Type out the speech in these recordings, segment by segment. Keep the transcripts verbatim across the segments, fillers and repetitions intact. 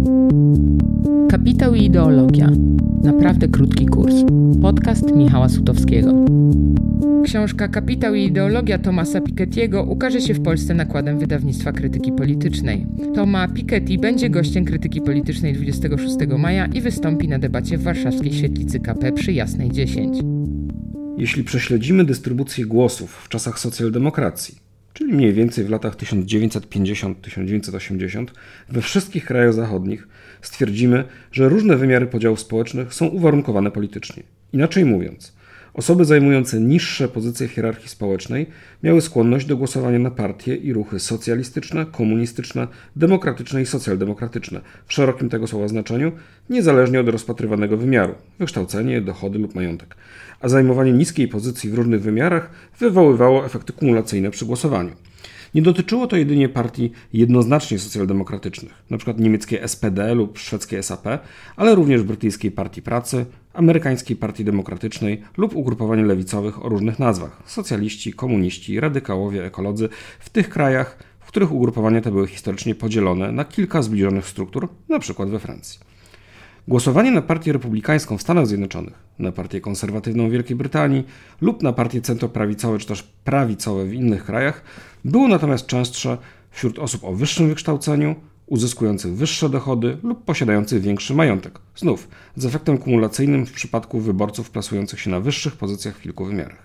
Kapitał i ideologia. Naprawdę krótki kurs. Podcast Michała Sutowskiego. Książka Kapitał i ideologia Thomasa Piketty'ego ukaże się w Polsce nakładem wydawnictwa Krytyki Politycznej. Thomas Piketty będzie gościem Krytyki Politycznej dwudziestego szóstego maja i wystąpi na debacie w warszawskiej świetlicy K P przy Jasnej dziesięć. Jeśli prześledzimy dystrybucję głosów w czasach socjaldemokracji, czyli mniej więcej w latach tysiąc dziewięćset pięćdziesiąt do tysiąc dziewięćset osiemdziesiąt, we wszystkich krajach zachodnich stwierdzimy, że różne wymiary podziałów społecznych są uwarunkowane politycznie. Inaczej mówiąc, osoby zajmujące niższe pozycje w hierarchii społecznej miały skłonność do głosowania na partie i ruchy socjalistyczne, komunistyczne, demokratyczne i socjaldemokratyczne w szerokim tego słowa znaczeniu, niezależnie od rozpatrywanego wymiaru, wykształcenie, dochody lub majątek. A zajmowanie niskiej pozycji w różnych wymiarach wywoływało efekty kumulacyjne przy głosowaniu. Nie dotyczyło to jedynie partii jednoznacznie socjaldemokratycznych, np. niemieckiej S P D lub szwedzkiej S A P, ale również brytyjskiej Partii Pracy, amerykańskiej Partii Demokratycznej lub ugrupowań lewicowych o różnych nazwach – socjaliści, komuniści, radykałowie, ekolodzy w tych krajach, w których ugrupowania te były historycznie podzielone na kilka zbliżonych struktur, np. we Francji. Głosowanie na partię republikańską w Stanach Zjednoczonych, na partię konserwatywną w Wielkiej Brytanii lub na partie centroprawicowe czy też prawicowe w innych krajach było natomiast częstsze wśród osób o wyższym wykształceniu, uzyskujących wyższe dochody lub posiadających większy majątek. Znów z efektem kumulacyjnym w przypadku wyborców plasujących się na wyższych pozycjach w kilku wymiarach.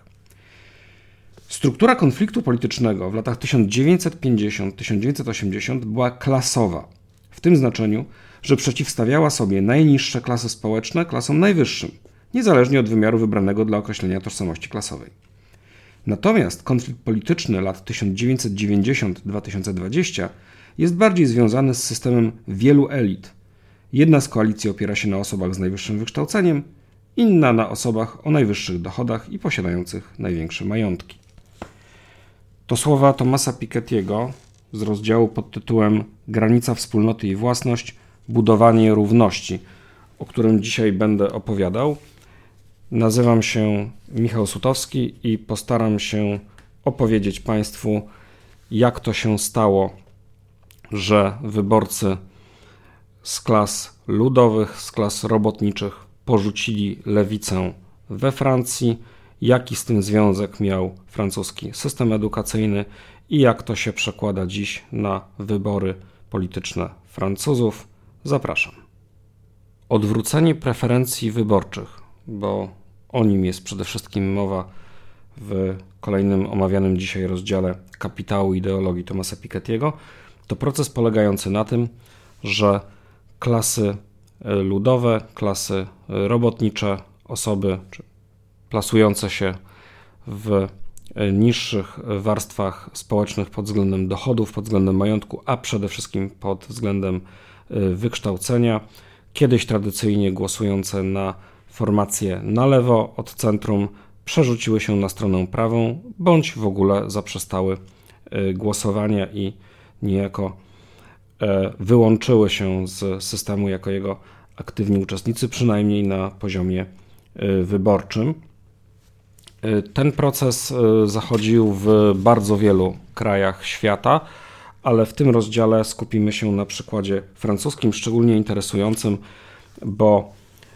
Struktura konfliktu politycznego w latach tysiąc dziewięćset pięćdziesiąt do tysiąc dziewięćset osiemdziesiąt była klasowa, w tym znaczeniu, że przeciwstawiała sobie najniższe klasy społeczne klasom najwyższym, niezależnie od wymiaru wybranego dla określenia tożsamości klasowej. Natomiast konflikt polityczny lat tysiąc dziewięćset dziewięćdziesiąt do dwa tysiące dwudziestego jest bardziej związany z systemem wielu elit. Jedna z koalicji opiera się na osobach z najwyższym wykształceniem, inna na osobach o najwyższych dochodach i posiadających największe majątki. To słowa Thomasa Piketty'ego z rozdziału pod tytułem Granica wspólnoty i własność – budowanie równości, o którym dzisiaj będę opowiadał. Nazywam się Michał Sutowski i postaram się opowiedzieć Państwu, jak to się stało, że wyborcy z klas ludowych, z klas robotniczych porzucili lewicę we Francji, jaki z tym związek miał francuski system edukacyjny i jak to się przekłada dziś na wybory polityczne Francuzów. Zapraszam. Odwrócenie preferencji wyborczych, bo o nim jest przede wszystkim mowa w kolejnym omawianym dzisiaj rozdziale Kapitału i ideologii Thomasa Piketty'ego, to proces polegający na tym, że klasy ludowe, klasy robotnicze, osoby plasujące się w niższych warstwach społecznych pod względem dochodów, pod względem majątku, a przede wszystkim pod względem wykształcenia, kiedyś tradycyjnie głosujące na formacje na lewo od centrum, przerzuciły się na stronę prawą, bądź w ogóle zaprzestały głosowania i niejako wyłączyły się z systemu jako jego aktywni uczestnicy, przynajmniej na poziomie wyborczym. Ten proces zachodził w bardzo wielu krajach świata, ale w tym rozdziale skupimy się na przykładzie francuskim, szczególnie interesującym, bo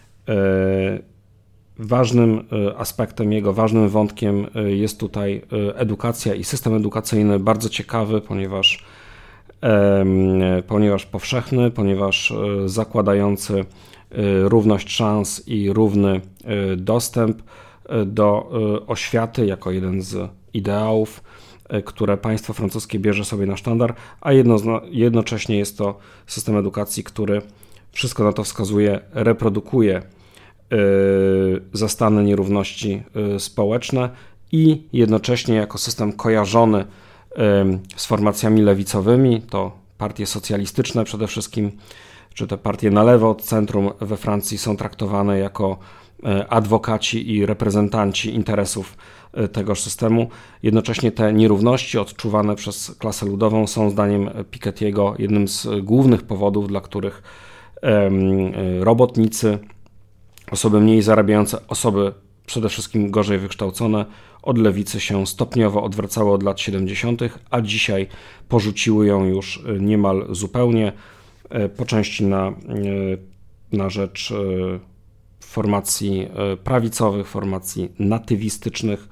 ważnym aspektem jego, ważnym wątkiem jest tutaj edukacja i system edukacyjny, bardzo ciekawy, ponieważ, ponieważ powszechny, ponieważ zakładający równość szans i równy dostęp do oświaty jako jeden z ideałów, które państwo francuskie bierze sobie na sztandar, a jedno, jednocześnie jest to system edukacji, który, wszystko na to wskazuje, reprodukuje yy, zastane nierówności yy, społeczne i jednocześnie jako system kojarzony yy, z formacjami lewicowymi, to partie socjalistyczne przede wszystkim, czy te partie na lewo od centrum we Francji są traktowane jako adwokaci i reprezentanci interesów tegoż systemu. Jednocześnie te nierówności odczuwane przez klasę ludową są zdaniem Piketty'ego jednym z głównych powodów, dla których robotnicy, osoby mniej zarabiające, osoby przede wszystkim gorzej wykształcone od lewicy się stopniowo odwracały od lat siedemdziesiątych, a dzisiaj porzuciły ją już niemal zupełnie. po części na, na rzecz formacji prawicowych, formacji natywistycznych,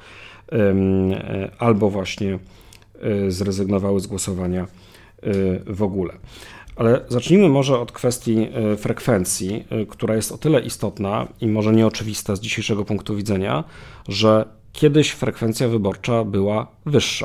albo właśnie zrezygnowały z głosowania w ogóle. Ale zacznijmy może od kwestii frekwencji, która jest o tyle istotna i może nieoczywista z dzisiejszego punktu widzenia, że kiedyś frekwencja wyborcza była wyższa.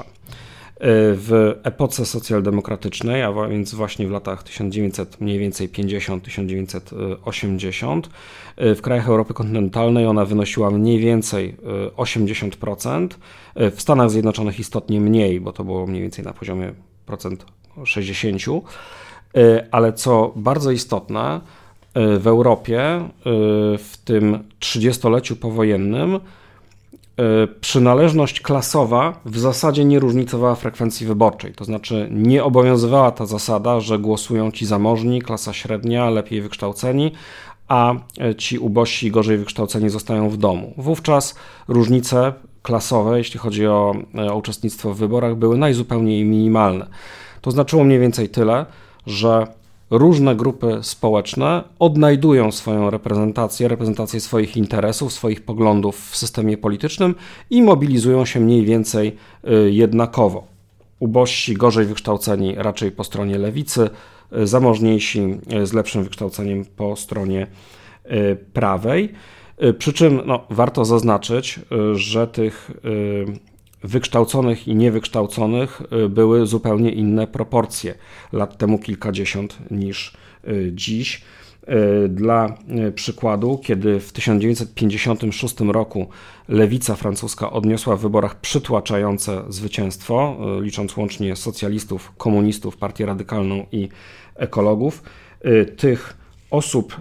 W epoce socjaldemokratycznej, a więc właśnie w latach tysiąc dziewięćset pięćdziesiąt do tysiąc dziewięćset osiemdziesiąt, w krajach Europy kontynentalnej ona wynosiła mniej więcej osiemdziesiąt procent, w Stanach Zjednoczonych istotnie mniej, bo to było mniej więcej na poziomie procent sześćdziesiąt procent, ale co bardzo istotne, w Europie w tym trzydziestoleciu powojennym przynależność klasowa w zasadzie nie różnicowała frekwencji wyborczej. To znaczy nie obowiązywała ta zasada, że głosują ci zamożni, klasa średnia, lepiej wykształceni, a ci ubożsi, gorzej wykształceni zostają w domu. Wówczas różnice klasowe, jeśli chodzi o, o uczestnictwo w wyborach, były najzupełniej minimalne. To znaczyło mniej więcej tyle, że różne grupy społeczne odnajdują swoją reprezentację, reprezentację swoich interesów, swoich poglądów w systemie politycznym i mobilizują się mniej więcej jednakowo. Ubożsi, gorzej wykształceni raczej po stronie lewicy, zamożniejsi z lepszym wykształceniem po stronie prawej. Przy czym no, warto zaznaczyć, że tych wykształconych i niewykształconych były zupełnie inne proporcje lat temu kilkadziesiąt niż dziś. Dla przykładu, kiedy w tysiąc dziewięćset pięćdziesiątym szóstym roku lewica francuska odniosła w wyborach przytłaczające zwycięstwo, licząc łącznie socjalistów, komunistów, partię radykalną i ekologów, tych osób,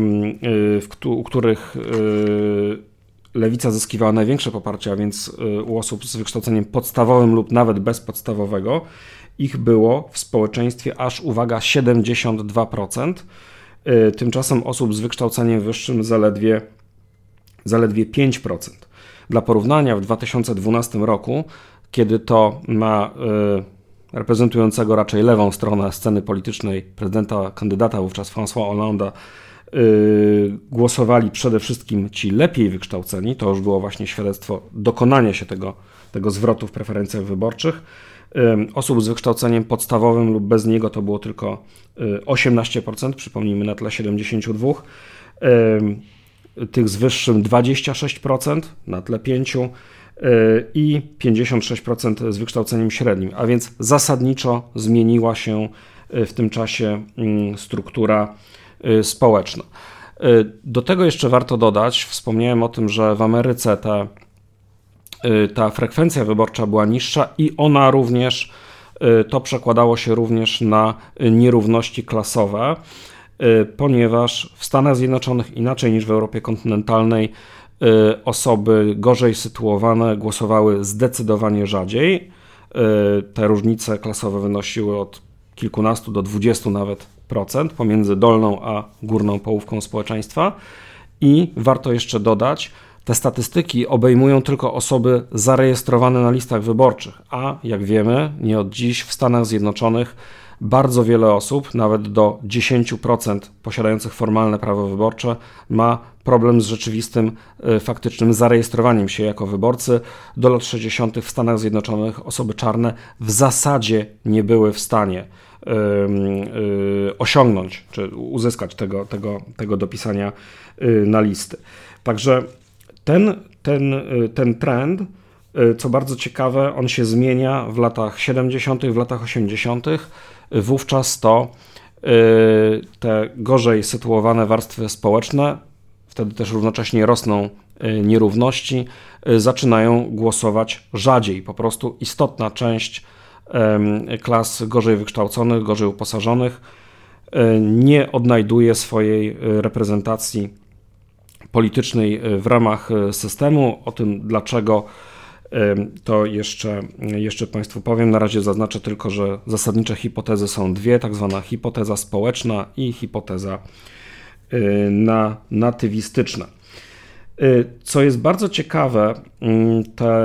u których lewica zyskiwała największe poparcie, a więc u osób z wykształceniem podstawowym lub nawet bezpodstawowego, ich było w społeczeństwie aż, uwaga, siedemdziesiąt dwa procent. Tymczasem osób z wykształceniem wyższym zaledwie, zaledwie pięć procent. Dla porównania w dwa tysiące dwunastym roku, kiedy to na y, reprezentującego raczej lewą stronę sceny politycznej prezydenta, kandydata wówczas François Hollande'a, y, głosowali przede wszystkim ci lepiej wykształceni, to już było właśnie świadectwo dokonania się tego, tego zwrotu w preferencjach wyborczych. Osób z wykształceniem podstawowym lub bez niego to było tylko osiemnaście procent, przypomnijmy na tle siedemdziesiąt dwa procent, tych z wyższym dwadzieścia sześć procent na tle pięć procent i pięćdziesiąt sześć procent z wykształceniem średnim, a więc zasadniczo zmieniła się w tym czasie struktura społeczna. Do tego jeszcze warto dodać, wspomniałem o tym, że w Ameryce te ta frekwencja wyborcza była niższa i ona również, to przekładało się również na nierówności klasowe, ponieważ w Stanach Zjednoczonych inaczej niż w Europie kontynentalnej osoby gorzej sytuowane głosowały zdecydowanie rzadziej. Te różnice klasowe wynosiły od kilkunastu do dwudziestu nawet procent pomiędzy dolną a górną połówką społeczeństwa i warto jeszcze dodać, te statystyki obejmują tylko osoby zarejestrowane na listach wyborczych, a jak wiemy, nie od dziś w Stanach Zjednoczonych bardzo wiele osób, nawet do dziesięć procent posiadających formalne prawo wyborcze, ma problem z rzeczywistym, faktycznym zarejestrowaniem się jako wyborcy. Do lat sześćdziesiątych w Stanach Zjednoczonych osoby czarne w zasadzie nie były w stanie yy, yy, osiągnąć czy uzyskać tego, tego, tego dopisania yy, na listy. Także Ten, ten, ten trend, co bardzo ciekawe, on się zmienia w latach siedemdziesiątych, w latach osiemdziesiątych. Wówczas to te gorzej sytuowane warstwy społeczne, wtedy też równocześnie rosną nierówności, zaczynają głosować rzadziej. Po prostu istotna część klas gorzej wykształconych, gorzej uposażonych nie odnajduje swojej reprezentacji politycznej w ramach systemu. O tym dlaczego to jeszcze, jeszcze Państwu powiem. Na razie zaznaczę tylko, że zasadnicze hipotezy są dwie, tak zwana hipoteza społeczna i hipoteza na, natywistyczna. Co jest bardzo ciekawe, te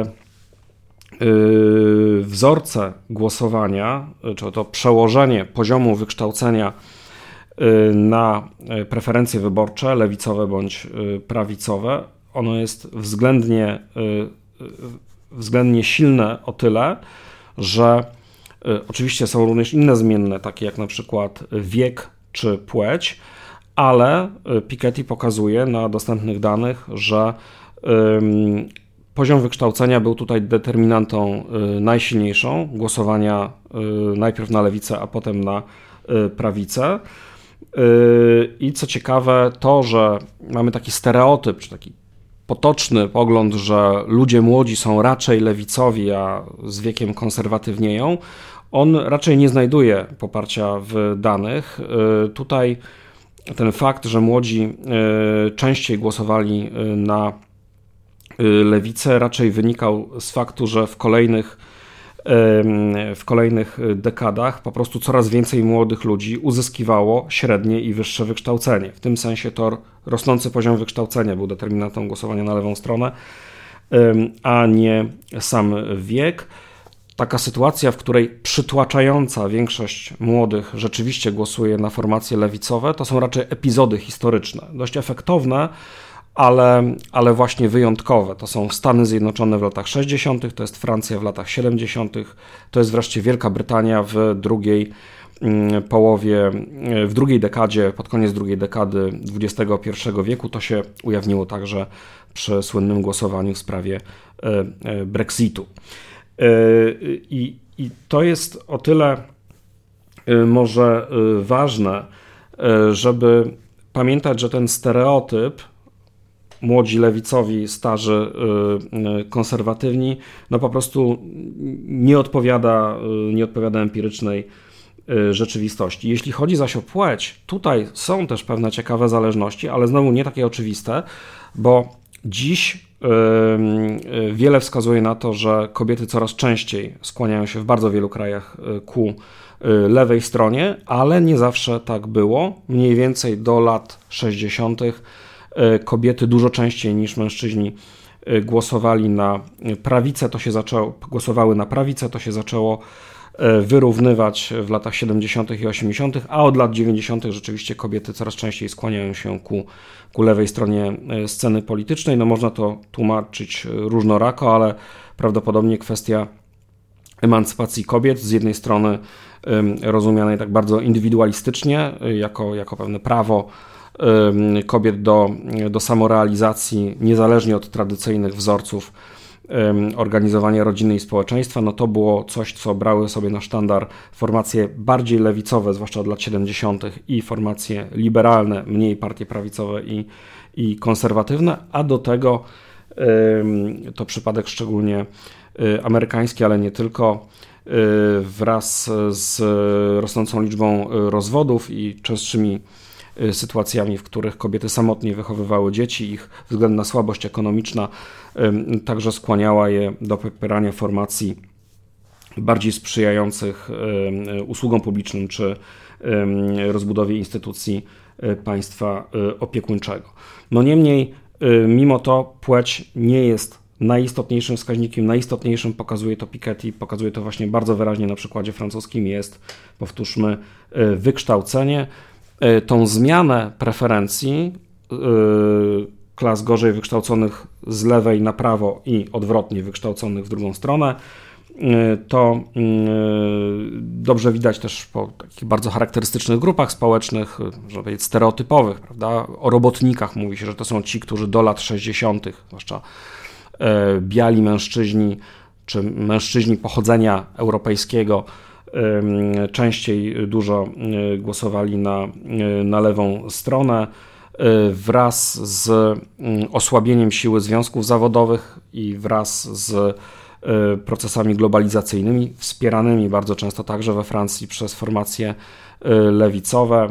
wzorce głosowania, czy to przełożenie poziomu wykształcenia na preferencje wyborcze, lewicowe bądź prawicowe, ono jest względnie, względnie silne o tyle, że oczywiście są również inne zmienne, takie jak na przykład wiek czy płeć, ale Piketty pokazuje na dostępnych danych, że poziom wykształcenia był tutaj determinantą najsilniejszą głosowania najpierw na lewicę, a potem na prawicę. I co ciekawe, to, że mamy taki stereotyp, czy taki potoczny pogląd, że ludzie młodzi są raczej lewicowi, a z wiekiem konserwatywnieją, on raczej nie znajduje poparcia w danych. Tutaj ten fakt, że młodzi częściej głosowali na lewicę, raczej wynikał z faktu, że w kolejnych, w kolejnych dekadach po prostu coraz więcej młodych ludzi uzyskiwało średnie i wyższe wykształcenie. W tym sensie to rosnący poziom wykształcenia był determinantą głosowania na lewą stronę, a nie sam wiek. Taka sytuacja, w której przytłaczająca większość młodych rzeczywiście głosuje na formacje lewicowe, to są raczej epizody historyczne, dość efektowne, ale, ale właśnie wyjątkowe. To są Stany Zjednoczone w latach sześćdziesiątych, to jest Francja w latach siedemdziesiątych, to jest wreszcie Wielka Brytania w drugiej połowie, w drugiej dekadzie, pod koniec drugiej dekady dwudziestego pierwszego wieku. To się ujawniło także przy słynnym głosowaniu w sprawie Brexitu. I, I to jest o tyle może ważne, żeby pamiętać, że ten stereotyp młodzi lewicowi, starzy konserwatywni, no po prostu nie odpowiada, nie odpowiada empirycznej rzeczywistości. Jeśli chodzi zaś o płeć, tutaj są też pewne ciekawe zależności, ale znowu nie takie oczywiste, bo dziś wiele wskazuje na to, że kobiety coraz częściej skłaniają się w bardzo wielu krajach ku lewej stronie, ale nie zawsze tak było. Mniej więcej do lat sześćdziesiątych kobiety dużo częściej niż mężczyźni głosowali na prawicę, to się zaczęło, głosowały na prawicę, to się zaczęło wyrównywać w latach siedemdziesiątych i osiemdziesiątych, a od lat dziewięćdziesiątych rzeczywiście kobiety coraz częściej skłaniają się ku, ku lewej stronie sceny politycznej. No można to tłumaczyć różnorako, ale prawdopodobnie kwestia emancypacji kobiet z jednej strony rozumianej tak bardzo indywidualistycznie, jako, jako pewne prawo kobiet do, do samorealizacji, niezależnie od tradycyjnych wzorców organizowania rodziny i społeczeństwa, no to było coś, co brały sobie na sztandar formacje bardziej lewicowe, zwłaszcza od lat siedemdziesiątych i formacje liberalne, mniej partie prawicowe i, i konserwatywne, a do tego to przypadek szczególnie amerykański, ale nie tylko, wraz z rosnącą liczbą rozwodów i częstszymi sytuacjami, w których kobiety samotnie wychowywały dzieci, ich względna słabość ekonomiczna także skłaniała je do popierania formacji bardziej sprzyjających usługom publicznym czy rozbudowie instytucji państwa opiekuńczego. No niemniej, mimo to płeć nie jest najistotniejszym wskaźnikiem, najistotniejszym, pokazuje to Piketty, pokazuje to właśnie bardzo wyraźnie na przykładzie francuskim, jest, powtórzmy, wykształcenie. Tą zmianę preferencji klas gorzej wykształconych z lewej na prawo i odwrotnie wykształconych w drugą stronę, to dobrze widać też po takich bardzo charakterystycznych grupach społecznych, można powiedzieć stereotypowych, prawda? O robotnikach mówi się, że to są ci, którzy do lat sześćdziesiątych, zwłaszcza biali mężczyźni, czy mężczyźni pochodzenia europejskiego, częściej dużo głosowali na, na lewą stronę. Wraz z osłabieniem siły związków zawodowych i wraz z procesami globalizacyjnymi, wspieranymi bardzo często także we Francji przez formacje lewicowe,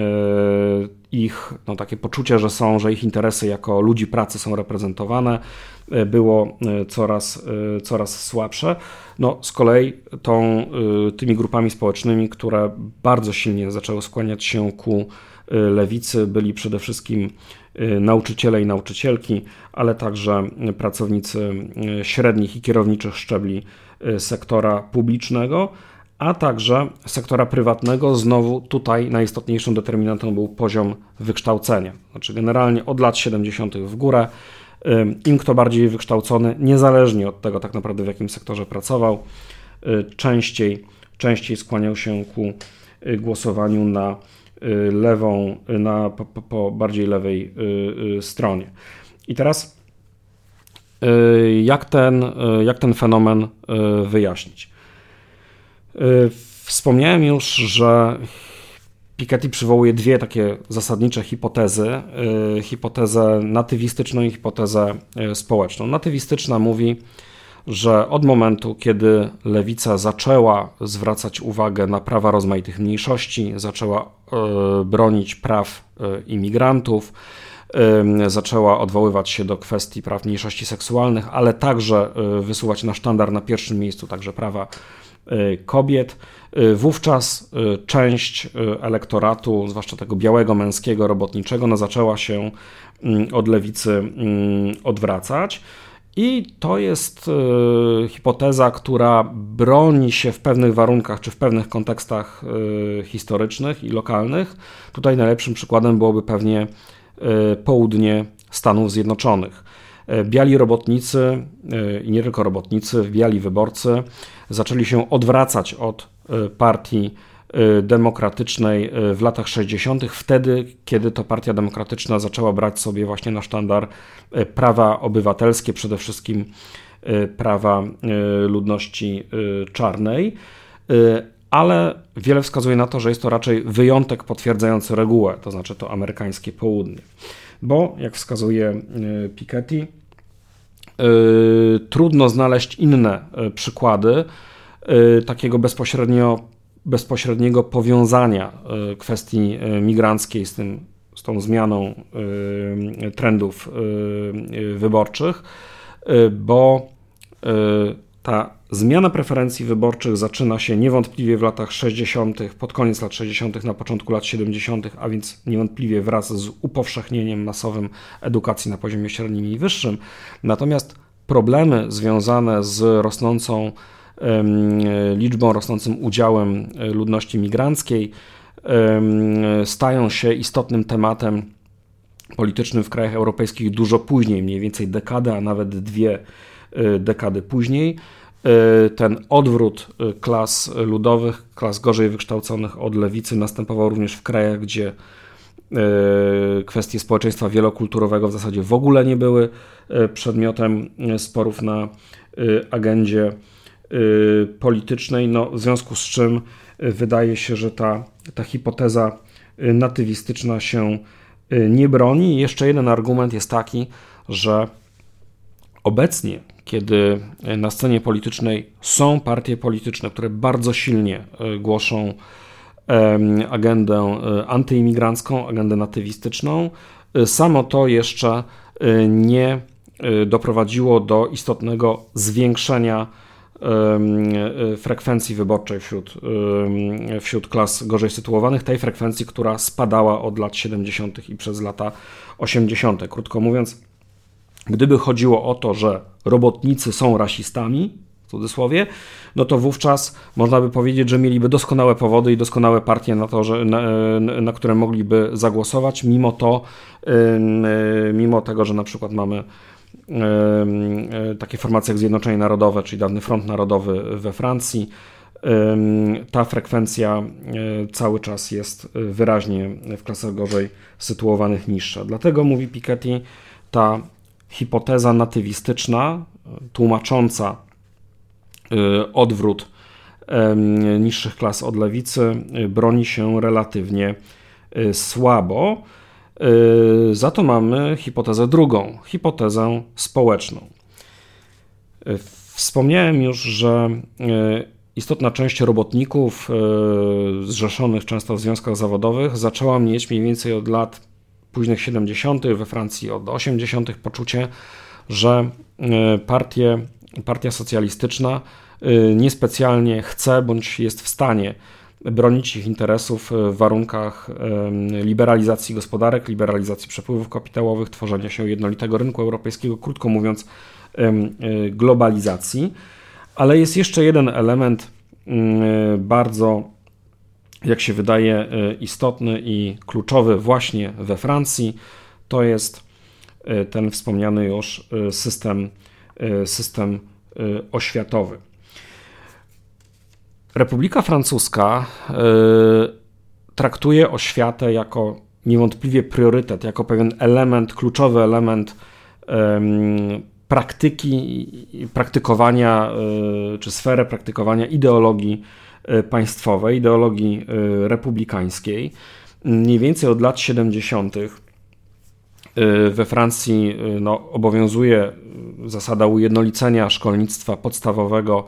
ich no, takie poczucie, że są, że ich interesy jako ludzi pracy są reprezentowane, było coraz, coraz słabsze. No, z kolei tą, tymi grupami społecznymi, które bardzo silnie zaczęły skłaniać się ku lewicy, byli przede wszystkim nauczyciele i nauczycielki, ale także pracownicy średnich i kierowniczych szczebli sektora publicznego, a także sektora prywatnego. Znowu tutaj najistotniejszą determinantą był poziom wykształcenia. Znaczy generalnie od lat siedemdziesiątych w górę, im kto bardziej wykształcony, niezależnie od tego tak naprawdę w jakim sektorze pracował, częściej, częściej skłaniał się ku głosowaniu na lewą, na po, po, po bardziej lewej stronie. I teraz jak ten, jak ten fenomen wyjaśnić? Wspomniałem już, że Piketty przywołuje dwie takie zasadnicze hipotezy. Hipotezę natywistyczną i hipotezę społeczną. Natywistyczna mówi, że od momentu, kiedy lewica zaczęła zwracać uwagę na prawa rozmaitych mniejszości, zaczęła bronić praw imigrantów, zaczęła odwoływać się do kwestii praw mniejszości seksualnych, ale także wysuwać na sztandar na pierwszym miejscu także prawa kobiet, wówczas część elektoratu, zwłaszcza tego białego, męskiego, robotniczego, no, zaczęła się od lewicy odwracać. I to jest hipoteza, która broni się w pewnych warunkach czy w pewnych kontekstach historycznych i lokalnych. Tutaj najlepszym przykładem byłoby pewnie południe Stanów Zjednoczonych. Biali robotnicy i nie tylko robotnicy, biali wyborcy zaczęli się odwracać od partii demokratycznej w latach sześćdziesiątych, wtedy, kiedy to partia demokratyczna zaczęła brać sobie właśnie na sztandar prawa obywatelskie, przede wszystkim prawa ludności czarnej, ale wiele wskazuje na to, że jest to raczej wyjątek potwierdzający regułę, to znaczy to amerykańskie południe. Bo, jak wskazuje Piketty, trudno znaleźć inne przykłady takiego bezpośrednio, bezpośredniego powiązania kwestii migranckiej z, tym, z tą zmianą trendów wyborczych, bo ta zmiana preferencji wyborczych zaczyna się niewątpliwie w latach sześćdziesiątych, pod koniec lat sześćdziesiątych, na początku lat siedemdziesiątych, a więc niewątpliwie wraz z upowszechnieniem masowym edukacji na poziomie średnim i wyższym. Natomiast problemy związane z rosnącą liczbą, rosnącym udziałem ludności migranckiej stają się istotnym tematem politycznym w krajach europejskich dużo później, mniej więcej dekadę, a nawet dwie dekady później. Ten odwrót klas ludowych, klas gorzej wykształconych od lewicy następował również w krajach, gdzie kwestie społeczeństwa wielokulturowego w zasadzie w ogóle nie były przedmiotem sporów na agendzie politycznej, no, w związku z czym wydaje się, że ta, ta hipoteza natywistyczna się nie broni. I jeszcze jeden argument jest taki, że obecnie, kiedy na scenie politycznej są partie polityczne, które bardzo silnie głoszą agendę antyimigrancką, agendę natywistyczną, samo to jeszcze nie doprowadziło do istotnego zwiększenia frekwencji wyborczej wśród, wśród klas gorzej sytuowanych, tej frekwencji, która spadała od lat siedemdziesiątych i przez lata osiemdziesiąte. Krótko mówiąc, gdyby chodziło o to, że robotnicy są rasistami, w cudzysłowie, no to wówczas można by powiedzieć, że mieliby doskonałe powody i doskonałe partie na to, że, na, na które mogliby zagłosować. Mimo to, mimo tego, że na przykład mamy takie formacje jak Zjednoczenie Narodowe, czyli dawny Front Narodowy we Francji, ta frekwencja cały czas jest wyraźnie w klasach gorzej sytuowanych niższa. Dlatego, mówi Piketty, ta hipoteza natywistyczna, tłumacząca odwrót niższych klas od lewicy, broni się relatywnie słabo. Za to mamy hipotezę drugą, hipotezę społeczną. Wspomniałem już, że istotna część robotników zrzeszonych często w związkach zawodowych zaczęła mieć mniej więcej od lat późnych siedemdziesiątych, we Francji od osiemdziesiątych poczucie, że partie, partia socjalistyczna niespecjalnie chce bądź jest w stanie bronić ich interesów w warunkach liberalizacji gospodarek, liberalizacji przepływów kapitałowych, tworzenia się jednolitego rynku europejskiego, krótko mówiąc globalizacji. Ale jest jeszcze jeden element bardzo, jak się wydaje, istotny i kluczowy właśnie we Francji, to jest ten wspomniany już system, system oświatowy. Republika Francuska traktuje oświatę jako niewątpliwie priorytet, jako pewien element, kluczowy element praktyki, praktykowania, czy sferę praktykowania ideologii państwowej, ideologii republikańskiej. Mniej więcej od lat siedemdziesiątych we Francji no, obowiązuje zasada ujednolicenia szkolnictwa podstawowego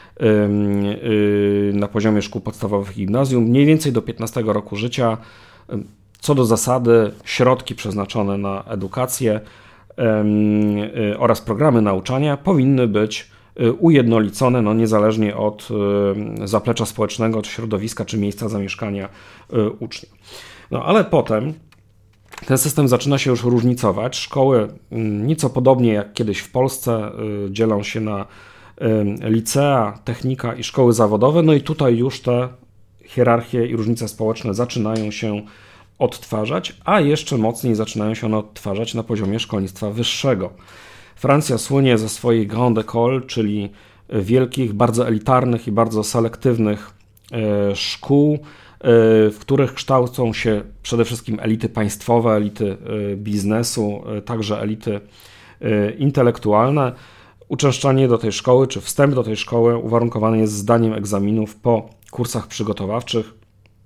na poziomie szkół podstawowych i gimnazjum, mniej więcej do piętnastego roku życia. Co do zasady, środki przeznaczone na edukację oraz programy nauczania powinny być ujednolicone, no niezależnie od zaplecza społecznego, czy środowiska, czy miejsca zamieszkania ucznia. No ale potem ten system zaczyna się już różnicować. Szkoły, nieco podobnie jak kiedyś w Polsce, dzielą się na licea, technika i szkoły zawodowe, no i tutaj już te hierarchie i różnice społeczne zaczynają się odtwarzać, a jeszcze mocniej zaczynają się one odtwarzać na poziomie szkolnictwa wyższego. Francja słynie ze swojej Grande École, czyli wielkich, bardzo elitarnych i bardzo selektywnych szkół, w których kształcą się przede wszystkim elity państwowe, elity biznesu, także elity intelektualne. Uczęszczanie do tej szkoły, czy wstęp do tej szkoły uwarunkowany jest zdaniem egzaminów po kursach przygotowawczych.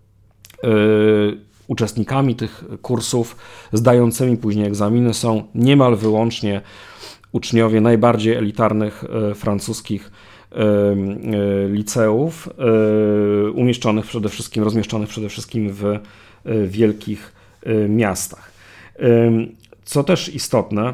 Uczestnikami tych kursów, zdającymi później egzaminy są niemal wyłącznie uczniowie najbardziej elitarnych francuskich liceów, umieszczonych przede wszystkim, rozmieszczonych przede wszystkim w wielkich miastach. Co też istotne,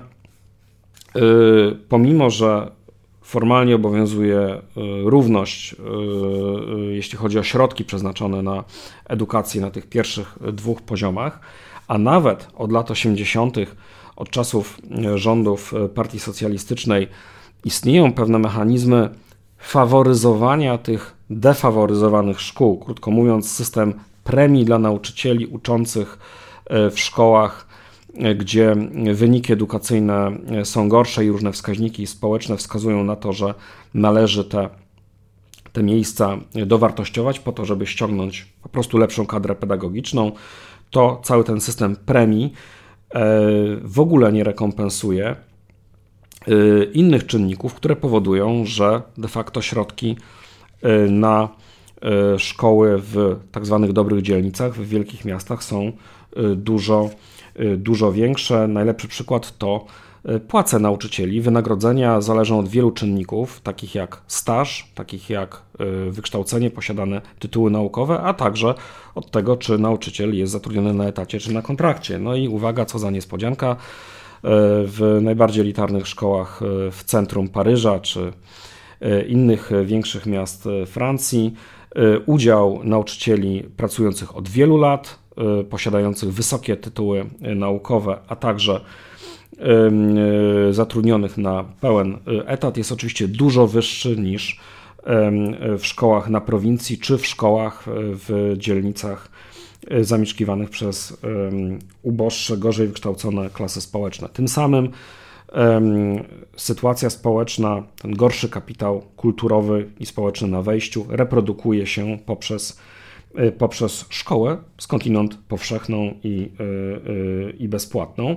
pomimo że formalnie obowiązuje równość, jeśli chodzi o środki przeznaczone na edukację na tych pierwszych dwóch poziomach, a nawet od lat osiemdziesiątych, od czasów rządów Partii Socjalistycznej, istnieją pewne mechanizmy faworyzowania tych defaworyzowanych szkół. Krótko mówiąc, system premii dla nauczycieli uczących w szkołach, gdzie wyniki edukacyjne są gorsze i różne wskaźniki społeczne wskazują na to, że należy te, te miejsca dowartościować po to, żeby ściągnąć po prostu lepszą kadrę pedagogiczną. To cały ten system premii w ogóle nie rekompensuje innych czynników, które powodują, że de facto środki na szkoły w tak zwanych dobrych dzielnicach, w wielkich miastach są dużo dużo większe. Najlepszy przykład to płace nauczycieli. Wynagrodzenia zależą od wielu czynników, takich jak staż, takich jak wykształcenie, posiadane tytuły naukowe, a także od tego, czy nauczyciel jest zatrudniony na etacie, czy na kontrakcie. No i uwaga, co za niespodzianka, w najbardziej elitarnych szkołach w centrum Paryża, czy innych większych miast Francji udział nauczycieli pracujących od wielu lat, posiadających wysokie tytuły naukowe, a także zatrudnionych na pełen etat jest oczywiście dużo wyższy niż w szkołach na prowincji czy w szkołach w dzielnicach zamieszkiwanych przez uboższe, gorzej wykształcone klasy społeczne. Tym samym sytuacja społeczna, ten gorszy kapitał kulturowy i społeczny na wejściu reprodukuje się poprzez poprzez szkołę, skądinąd powszechną i, i bezpłatną.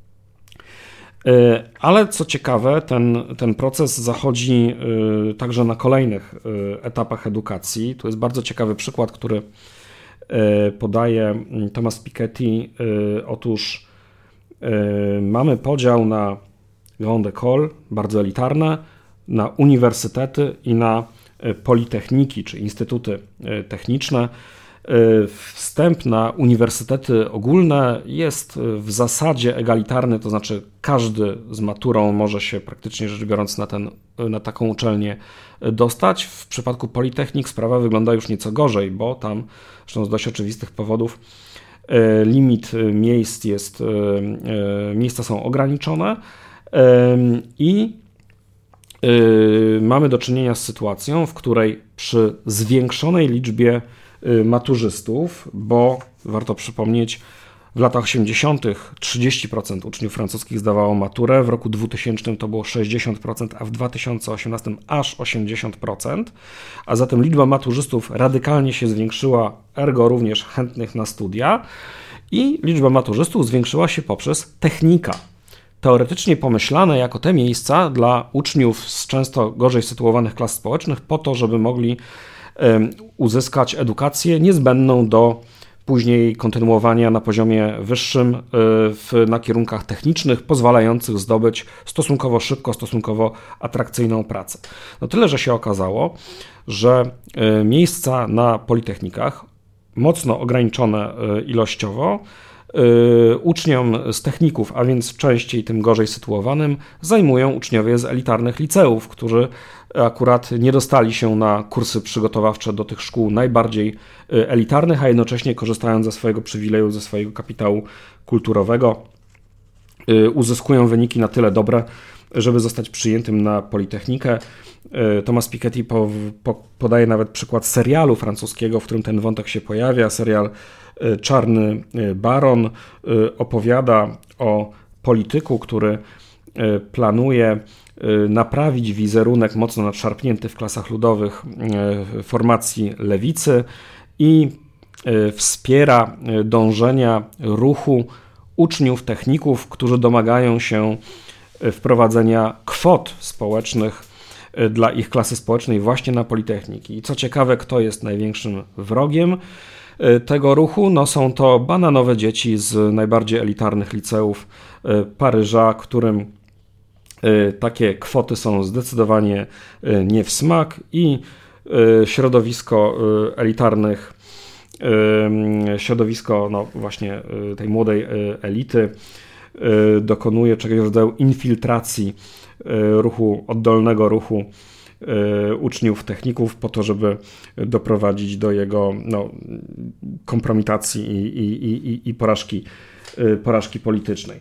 Ale co ciekawe, ten, ten proces zachodzi także na kolejnych etapach edukacji. To jest bardzo ciekawy przykład, który podaje Thomas Piketty. Otóż mamy podział na Grande École, bardzo elitarne, na uniwersytety i na politechniki czy instytuty techniczne. Wstęp na uniwersytety ogólne jest w zasadzie egalitarny, to znaczy każdy z maturą może się praktycznie rzecz biorąc na, ten, na taką uczelnię dostać. W przypadku politechnik sprawa wygląda już nieco gorzej, bo tam zresztą z dość oczywistych powodów limit miejsc jest, miejsca są ograniczone i yy, mamy do czynienia z sytuacją, w której przy zwiększonej liczbie yy, maturzystów, bo warto przypomnieć, w latach osiemdziesiątych trzydzieści procent uczniów francuskich zdawało maturę, w roku dwutysięcznym to było sześćdziesiąt procent, a w dwa tysiące osiemnastym aż osiemdziesiąt procent, a zatem liczba maturzystów radykalnie się zwiększyła, ergo również chętnych na studia i liczba maturzystów zwiększyła się poprzez technika. Teoretycznie pomyślane jako te miejsca dla uczniów z często gorzej sytuowanych klas społecznych po to, żeby mogli um, uzyskać edukację niezbędną do później kontynuowania na poziomie wyższym w, na kierunkach technicznych, pozwalających zdobyć stosunkowo szybko, stosunkowo atrakcyjną pracę. No tyle, że się okazało, że miejsca na politechnikach, mocno ograniczone ilościowo, uczniom z techników, a więc częściej tym gorzej sytuowanym, zajmują uczniowie z elitarnych liceów, którzy akurat nie dostali się na kursy przygotowawcze do tych szkół najbardziej elitarnych, a jednocześnie korzystając ze swojego przywileju, ze swojego kapitału kulturowego, uzyskują wyniki na tyle dobre, żeby zostać przyjętym na Politechnikę. Thomas Piketty po, po, podaje nawet przykład serialu francuskiego, w którym ten wątek się pojawia. Serial Czarny Baron opowiada o polityku, który planuje naprawić wizerunek mocno nadszarpnięty w klasach ludowych formacji lewicy i wspiera dążenia ruchu uczniów, techników, którzy domagają się wprowadzenia kwot społecznych dla ich klasy społecznej właśnie na politechniki. I co ciekawe, kto jest największym wrogiem tego ruchu? No są to bananowe dzieci z najbardziej elitarnych liceów Paryża, którym takie kwoty są zdecydowanie nie w smak i środowisko elitarnych, środowisko no właśnie tej młodej elity dokonuje czegoś w rodzaju infiltracji ruchu, oddolnego ruchu uczniów techników po to, żeby doprowadzić do jego no, kompromitacji i, i, i, i porażki, porażki politycznej.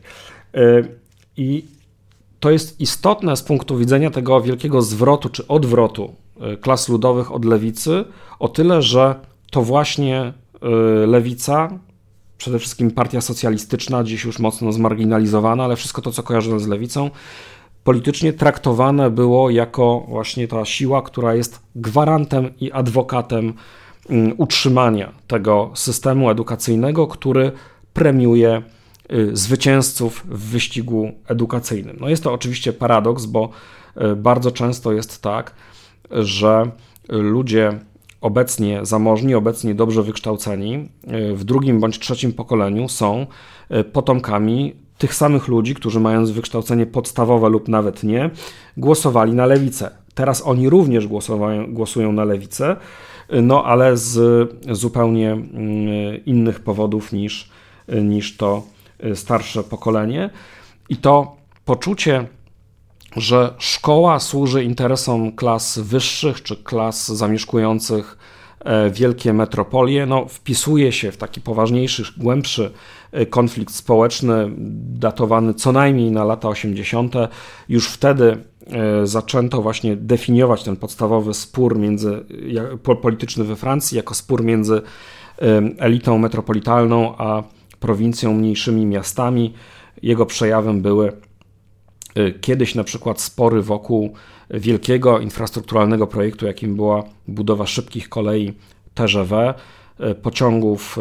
I to jest istotne z punktu widzenia tego wielkiego zwrotu czy odwrotu klas ludowych od lewicy, o tyle, że to właśnie lewica, przede wszystkim partia socjalistyczna, dziś już mocno zmarginalizowana, ale wszystko to, co kojarzone z lewicą, politycznie traktowane było jako właśnie ta siła, która jest gwarantem i adwokatem utrzymania tego systemu edukacyjnego, który premiuje zwycięzców w wyścigu edukacyjnym. No jest to oczywiście paradoks, bo bardzo często jest tak, że ludzie obecnie zamożni, obecnie dobrze wykształceni w drugim bądź trzecim pokoleniu są potomkami tych samych ludzi, którzy mając wykształcenie podstawowe lub nawet nie, głosowali na lewicę. Teraz oni również głosują, głosują na lewicę, no ale z zupełnie innych powodów niż, niż to starsze pokolenie. I to poczucie, że szkoła służy interesom klas wyższych czy klas zamieszkujących wielkie metropolie, no, wpisuje się w taki poważniejszy, głębszy konflikt społeczny datowany co najmniej na lata osiemdziesiąte. Już wtedy zaczęto właśnie definiować ten podstawowy spór między, polityczny we Francji jako spór między elitą metropolitalną a prowincją, mniejszymi miastami. Jego przejawem były kiedyś na przykład spory wokół wielkiego infrastrukturalnego projektu, jakim była budowa szybkich kolei T G V, pociągów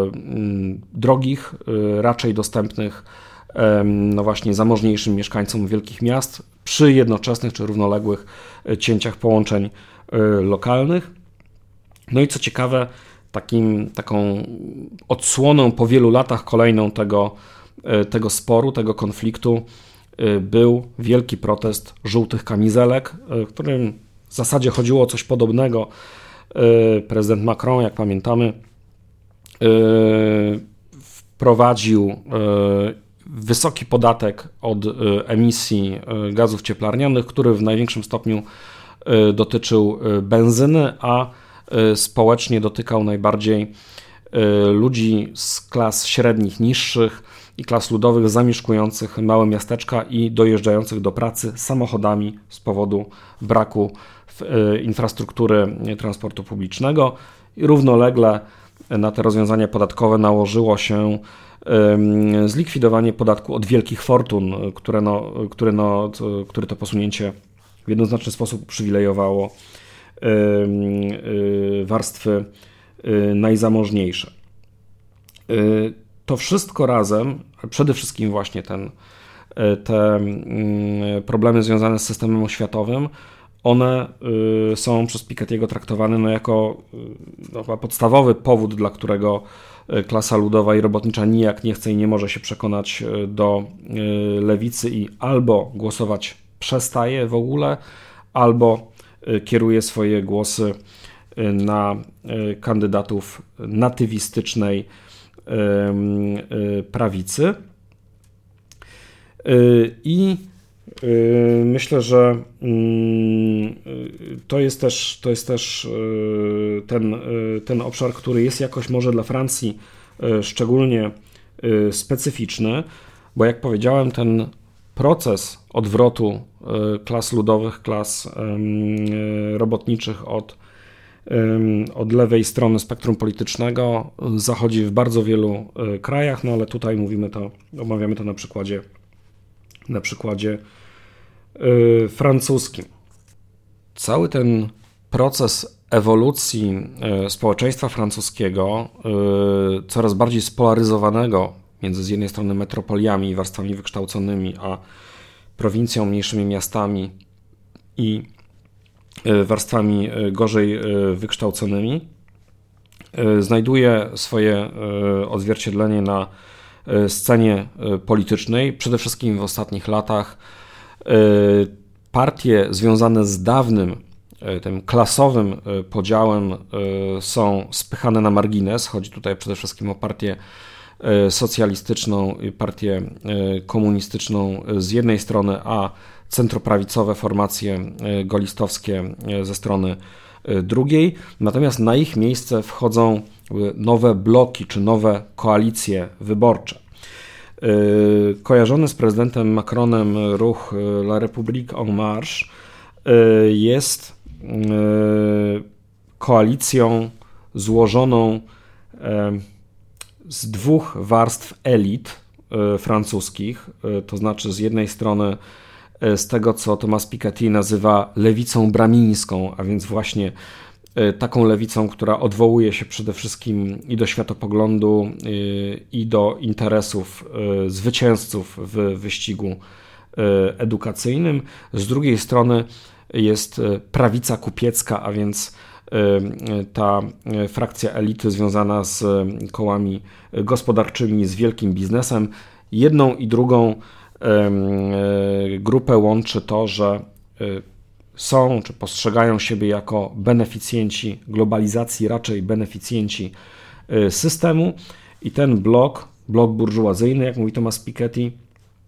drogich, raczej dostępnych no właśnie zamożniejszym mieszkańcom wielkich miast przy jednoczesnych czy równoległych cięciach połączeń lokalnych. No i co ciekawe, takim, taką odsłoną po wielu latach kolejną tego, tego sporu, tego konfliktu był wielki protest żółtych kamizelek, w którym w zasadzie chodziło o coś podobnego. Prezydent Macron, jak pamiętamy, wprowadził wysoki podatek od emisji gazów cieplarnianych, który w największym stopniu dotyczył benzyny, a społecznie dotykał najbardziej ludzi z klas średnich, niższych i klas ludowych zamieszkujących małe miasteczka i dojeżdżających do pracy samochodami z powodu braku infrastruktury transportu publicznego. I równolegle na te rozwiązania podatkowe nałożyło się zlikwidowanie podatku od wielkich fortun, które, no, które, no, które to posunięcie w jednoznaczny sposób uprzywilejowało warstwy najzamożniejsze. To wszystko razem, przede wszystkim właśnie ten, te problemy związane z systemem oświatowym, one są przez Piketty'ego traktowane no jako no, chyba podstawowy powód, dla którego klasa ludowa i robotnicza nijak nie chce i nie może się przekonać do lewicy i albo głosować przestaje w ogóle, albo kieruje swoje głosy na kandydatów natywistycznej prawicy. I myślę, że to jest też, to jest też ten, ten obszar, który jest jakoś może dla Francji szczególnie specyficzny, bo jak powiedziałem, ten proces odwrotu klas ludowych, klas robotniczych od, od lewej strony spektrum politycznego zachodzi w bardzo wielu krajach, no ale tutaj mówimy to, omawiamy to na przykładzie, na przykładzie francuskim. Cały ten proces ewolucji społeczeństwa francuskiego, coraz bardziej spolaryzowanego między z jednej strony metropoliami i warstwami wykształconymi, a prowincją, mniejszymi miastami i warstwami gorzej wykształconymi, znajduje swoje odzwierciedlenie na scenie politycznej. Przede wszystkim w ostatnich latach partie związane z dawnym, tym klasowym podziałem są spychane na margines. Chodzi tutaj przede wszystkim o partię socjalistyczną i partię komunistyczną z jednej strony, a centroprawicowe formacje golistowskie ze strony drugiej. Natomiast na ich miejsce wchodzą nowe bloki czy nowe koalicje wyborcze. Kojarzony z prezydentem Macronem ruch La République en Marche jest koalicją złożoną z dwóch warstw elit francuskich, to znaczy z jednej strony z tego, co Thomas Piketty nazywa lewicą bramińską, a więc właśnie taką lewicą, która odwołuje się przede wszystkim i do światopoglądu, i do interesów zwycięzców w wyścigu edukacyjnym. Z drugiej strony jest prawica kupiecka, a więc ta frakcja elity związana z kołami gospodarczymi, z wielkim biznesem. Jedną i drugą grupę łączy to, że są czy postrzegają siebie jako beneficjenci globalizacji, raczej beneficjenci systemu i ten blok, blok burżuazyjny, jak mówi Thomas Piketty, yy,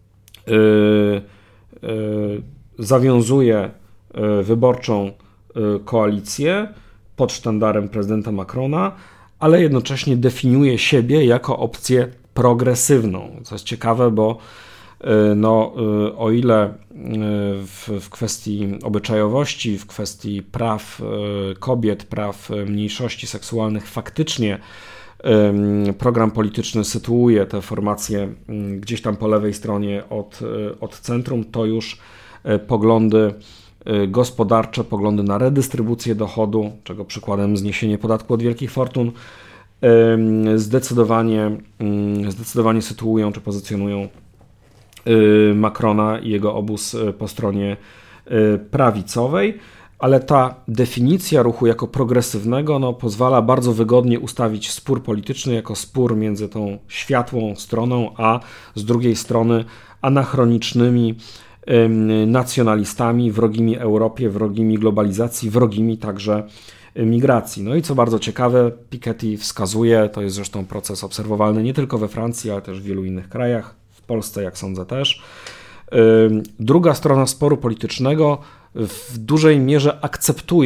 yy, zawiązuje wyborczą koalicję pod sztandarem prezydenta Macrona, ale jednocześnie definiuje siebie jako opcję progresywną, co jest ciekawe, bo no, o ile w, w kwestii obyczajowości, w kwestii praw kobiet, praw mniejszości seksualnych faktycznie program polityczny sytuuje te formacje gdzieś tam po lewej stronie od, od centrum, to już poglądy gospodarcze, poglądy na redystrybucję dochodu, czego przykładem zniesienie podatku od wielkich fortun, zdecydowanie, zdecydowanie sytuują czy pozycjonują Macrona i jego obóz po stronie prawicowej, ale ta definicja ruchu jako progresywnego no, pozwala bardzo wygodnie ustawić spór polityczny jako spór między tą światłą stroną, a z drugiej strony anachronicznymi nacjonalistami, wrogimi Europie, wrogimi globalizacji, wrogimi także migracji. No i co bardzo ciekawe, Piketty wskazuje, to jest zresztą proces obserwowalny nie tylko we Francji, ale też w wielu innych krajach, w Polsce jak sądzę też. Druga strona sporu politycznego w dużej mierze akceptuje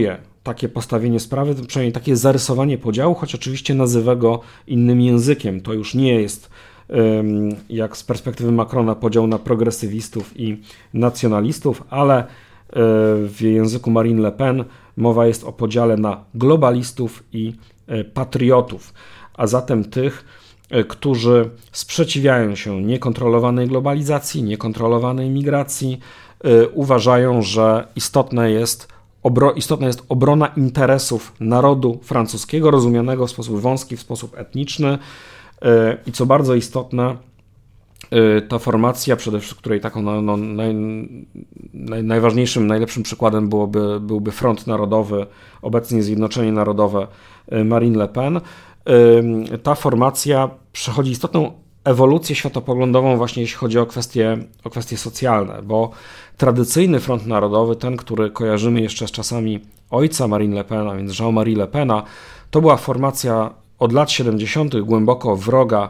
takie postawienie sprawy, przynajmniej takie zarysowanie podziału, choć oczywiście nazywa go innym językiem. To już nie jest, jak z perspektywy Macrona, podział na progresywistów i nacjonalistów, ale w języku Marine Le Pen mowa jest o podziale na globalistów i patriotów, a zatem tych, którzy sprzeciwiają się niekontrolowanej globalizacji, niekontrolowanej migracji, uważają, że istotne jest, obro, istotna jest obrona interesów narodu francuskiego, rozumianego w sposób wąski, w sposób etniczny i co bardzo istotne, ta formacja, przede wszystkim której taką no, no, naj, naj, najważniejszym, najlepszym przykładem byłoby, byłby Front Narodowy, obecnie Zjednoczenie Narodowe Marine Le Pen, ta formacja przechodzi istotną ewolucję światopoglądową właśnie jeśli chodzi o kwestie, o kwestie socjalne, bo tradycyjny Front Narodowy, ten, który kojarzymy jeszcze z czasami ojca Marine Le Pen, a więc Jean-Marie Le Pena, to była formacja od lat siedemdziesiątych głęboko wroga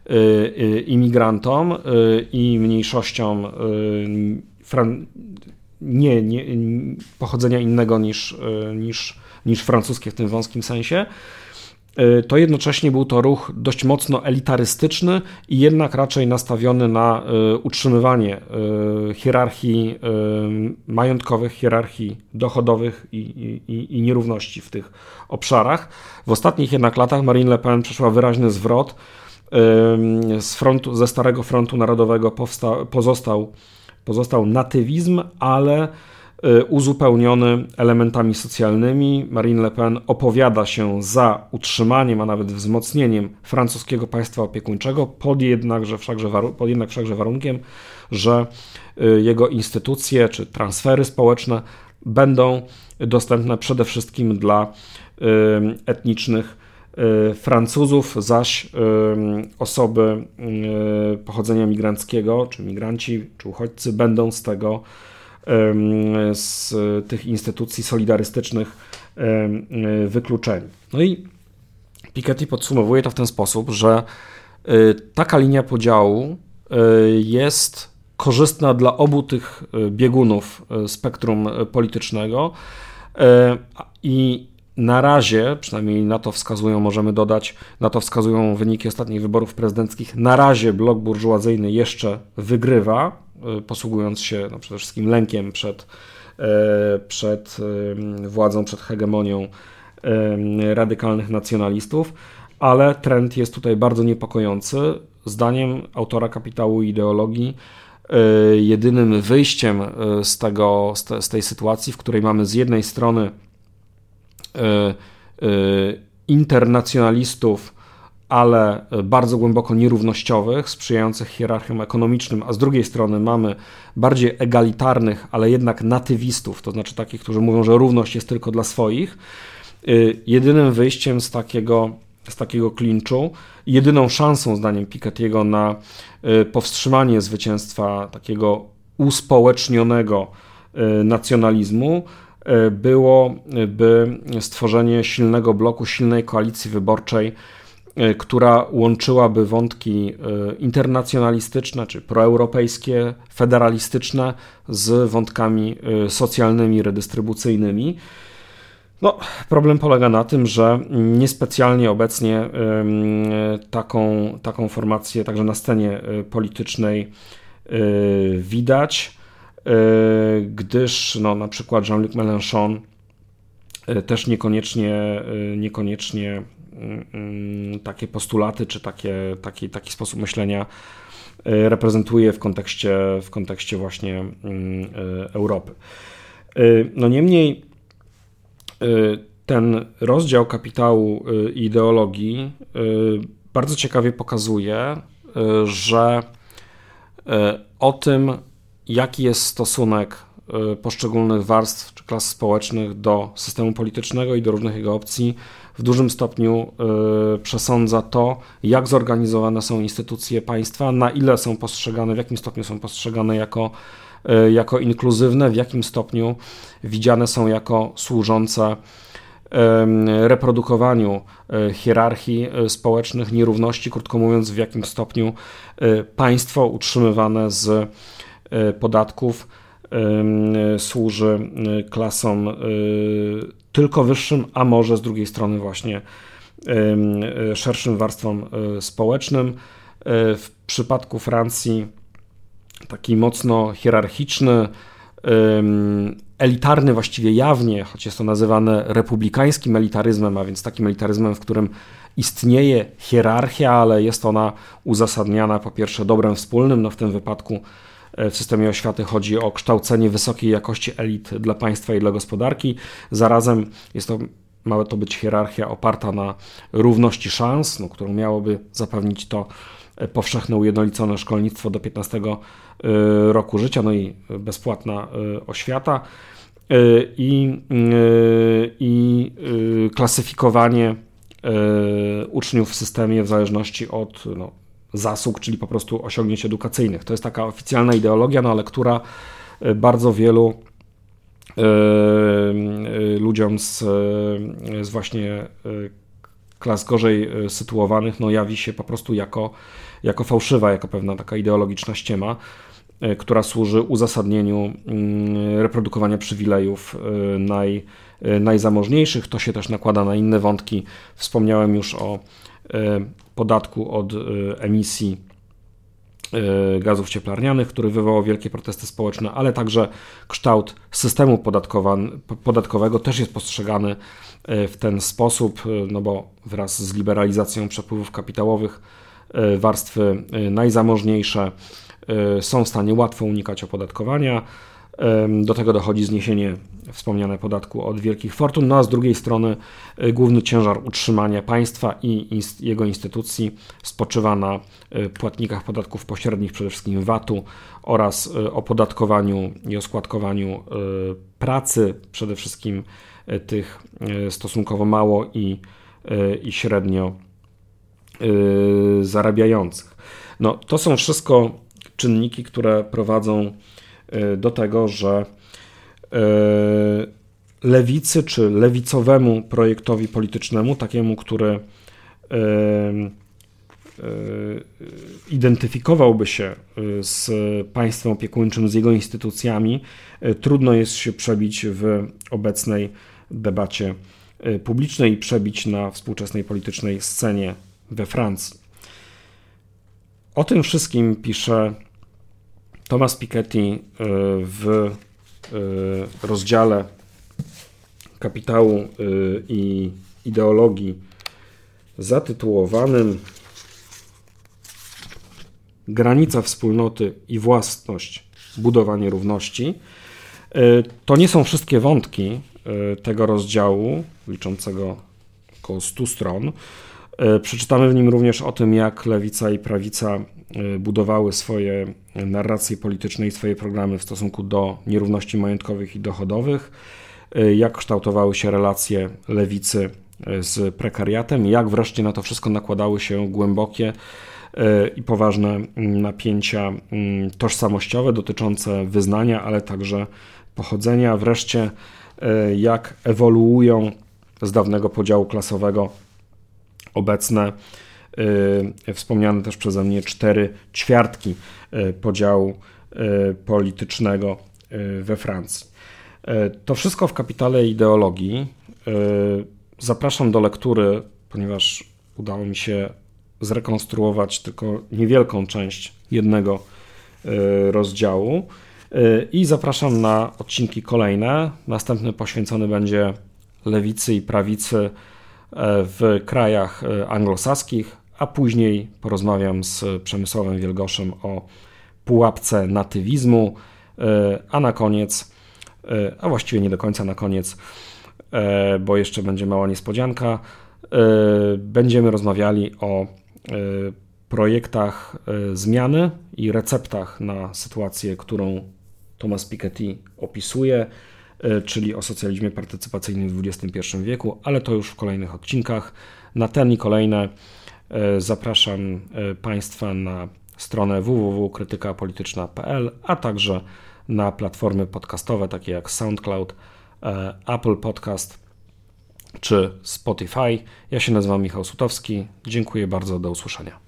imigrantom i mniejszościom fran- nie, nie, pochodzenia innego niż, niż, niż francuskie w tym wąskim sensie. To jednocześnie był to ruch dość mocno elitarystyczny i jednak raczej nastawiony na utrzymywanie hierarchii majątkowych, hierarchii dochodowych i, i, i nierówności w tych obszarach. W ostatnich jednak latach Marine Le Pen przeszła wyraźny zwrot. Z frontu, ze starego frontu narodowego powsta, pozostał, pozostał natywizm, ale uzupełniony elementami socjalnymi. Marine Le Pen opowiada się za utrzymaniem, a nawet wzmocnieniem francuskiego państwa opiekuńczego, pod jednakże wszakże, pod jednak wszakże warunkiem, że jego instytucje czy transfery społeczne będą dostępne przede wszystkim dla etnicznych Francuzów, zaś osoby pochodzenia migranckiego, czy migranci, czy uchodźcy będą z tego, z tych instytucji solidarystycznych wykluczeni. No i Piketty podsumowuje to w ten sposób, że taka linia podziału jest korzystna dla obu tych biegunów spektrum politycznego i na razie, przynajmniej na to wskazują, możemy dodać, na to wskazują wyniki ostatnich wyborów prezydenckich, na razie blok burżuazyjny jeszcze wygrywa, posługując się no, przede wszystkim lękiem przed, przed władzą, przed hegemonią radykalnych nacjonalistów, ale trend jest tutaj bardzo niepokojący. Zdaniem autora Kapitału i Ideologii jedynym wyjściem z, tego, z tej sytuacji, w której mamy z jednej strony internacjonalistów, ale bardzo głęboko nierównościowych, sprzyjających hierarchiom ekonomicznym, a z drugiej strony mamy bardziej egalitarnych, ale jednak natywistów, to znaczy takich, którzy mówią, że równość jest tylko dla swoich. Jedynym wyjściem z takiego, z takiego klinczu, jedyną szansą, zdaniem Piketty'ego, na powstrzymanie zwycięstwa takiego uspołecznionego nacjonalizmu byłoby stworzenie silnego bloku, silnej koalicji wyborczej, która łączyłaby wątki internacjonalistyczne czy proeuropejskie, federalistyczne z wątkami socjalnymi, redystrybucyjnymi. No, problem polega na tym, że niespecjalnie obecnie taką, taką formację także na scenie politycznej widać, gdyż no, na przykład Jean-Luc Mélenchon też niekoniecznie, niekoniecznie takie postulaty czy takie, taki, taki sposób myślenia reprezentuje w kontekście, w kontekście właśnie Europy. No niemniej ten rozdział Kapitału i Ideologii bardzo ciekawie pokazuje, że o tym, jaki jest stosunek poszczególnych warstw czy klas społecznych do systemu politycznego i do różnych jego opcji, w dużym stopniu przesądza to, jak zorganizowane są instytucje państwa, na ile są postrzegane, w jakim stopniu są postrzegane jako, jako inkluzywne, w jakim stopniu widziane są jako służące reprodukowaniu hierarchii społecznych, nierówności, krótko mówiąc, w jakim stopniu państwo utrzymywane z podatków służy klasom tylko wyższym, a może z drugiej strony właśnie szerszym warstwom społecznym. W przypadku Francji taki mocno hierarchiczny, elitarny właściwie jawnie, choć jest to nazywane republikańskim elitaryzmem, a więc takim elitaryzmem, w którym istnieje hierarchia, ale jest ona uzasadniana po pierwsze dobrem wspólnym, no w tym wypadku w systemie oświaty chodzi o kształcenie wysokiej jakości elit dla państwa i dla gospodarki. Zarazem jest to, ma to być hierarchia oparta na równości szans, no, którą miałoby zapewnić to powszechne ujednolicone szkolnictwo do piętnastego roku życia, no i bezpłatna oświata i, i klasyfikowanie uczniów w systemie w zależności od no, zasług, czyli po prostu osiągnięć edukacyjnych. To jest taka oficjalna ideologia, no ale która bardzo wielu ludziom z, z właśnie klas gorzej sytuowanych no, jawi się po prostu jako, jako fałszywa, jako pewna taka ideologiczna ściema, która służy uzasadnieniu reprodukowania przywilejów naj, najzamożniejszych. To się też nakłada na inne wątki. Wspomniałem już o podatku od emisji gazów cieplarnianych, który wywołał wielkie protesty społeczne, ale także kształt systemu podatkowego też jest postrzegany w ten sposób, no bo wraz z liberalizacją przepływów kapitałowych warstwy najzamożniejsze są w stanie łatwo unikać opodatkowania. Do tego dochodzi zniesienie wspomniane podatku od wielkich fortun, no a z drugiej strony główny ciężar utrzymania państwa i jego instytucji spoczywa na płatnikach podatków pośrednich, przede wszystkim vatu oraz opodatkowaniu i oskładkowaniu pracy, przede wszystkim tych stosunkowo mało i, i średnio zarabiających. No, to są wszystko czynniki, które prowadzą do tego, że lewicy czy lewicowemu projektowi politycznemu, takiemu, który identyfikowałby się z państwem opiekuńczym, z jego instytucjami, trudno jest się przebić w obecnej debacie publicznej i przebić na współczesnej politycznej scenie we Francji. O tym wszystkim pisze Thomas Piketty w rozdziale Kapitału i ideologii zatytułowanym Granica wspólnoty i własność, budowanie równości. To nie są wszystkie wątki tego rozdziału, liczącego około stu stron. Przeczytamy w nim również o tym, jak lewica i prawica budowały swoje narracje polityczne i swoje programy w stosunku do nierówności majątkowych i dochodowych, jak kształtowały się relacje lewicy z prekariatem, jak wreszcie na to wszystko nakładały się głębokie i poważne napięcia tożsamościowe dotyczące wyznania, ale także pochodzenia. Wreszcie jak ewoluują z dawnego podziału klasowego obecne, wspomniane też przeze mnie, cztery ćwiartki podziału politycznego we Francji. To wszystko w kapitale ideologii. Zapraszam do lektury, ponieważ udało mi się zrekonstruować tylko niewielką część jednego rozdziału i zapraszam na odcinki kolejne. Następny poświęcony będzie lewicy i prawicy w krajach anglosaskich, a później porozmawiam z Przemysławem Wielgoszem o pułapce natywizmu, a na koniec, a właściwie nie do końca na koniec, bo jeszcze będzie mała niespodzianka, będziemy rozmawiali o projektach zmiany i receptach na sytuację, którą Thomas Piketty opisuje, czyli o socjalizmie partycypacyjnym w dwudziestym pierwszym wieku, ale to już w kolejnych odcinkach. Na ten i kolejne zapraszam Państwa na stronę w w w kropka krytyka polityczna kropka p l, a także na platformy podcastowe takie jak SoundCloud, Apple Podcast czy Spotify. Ja się nazywam Michał Sutowski. Dziękuję bardzo, do usłyszenia.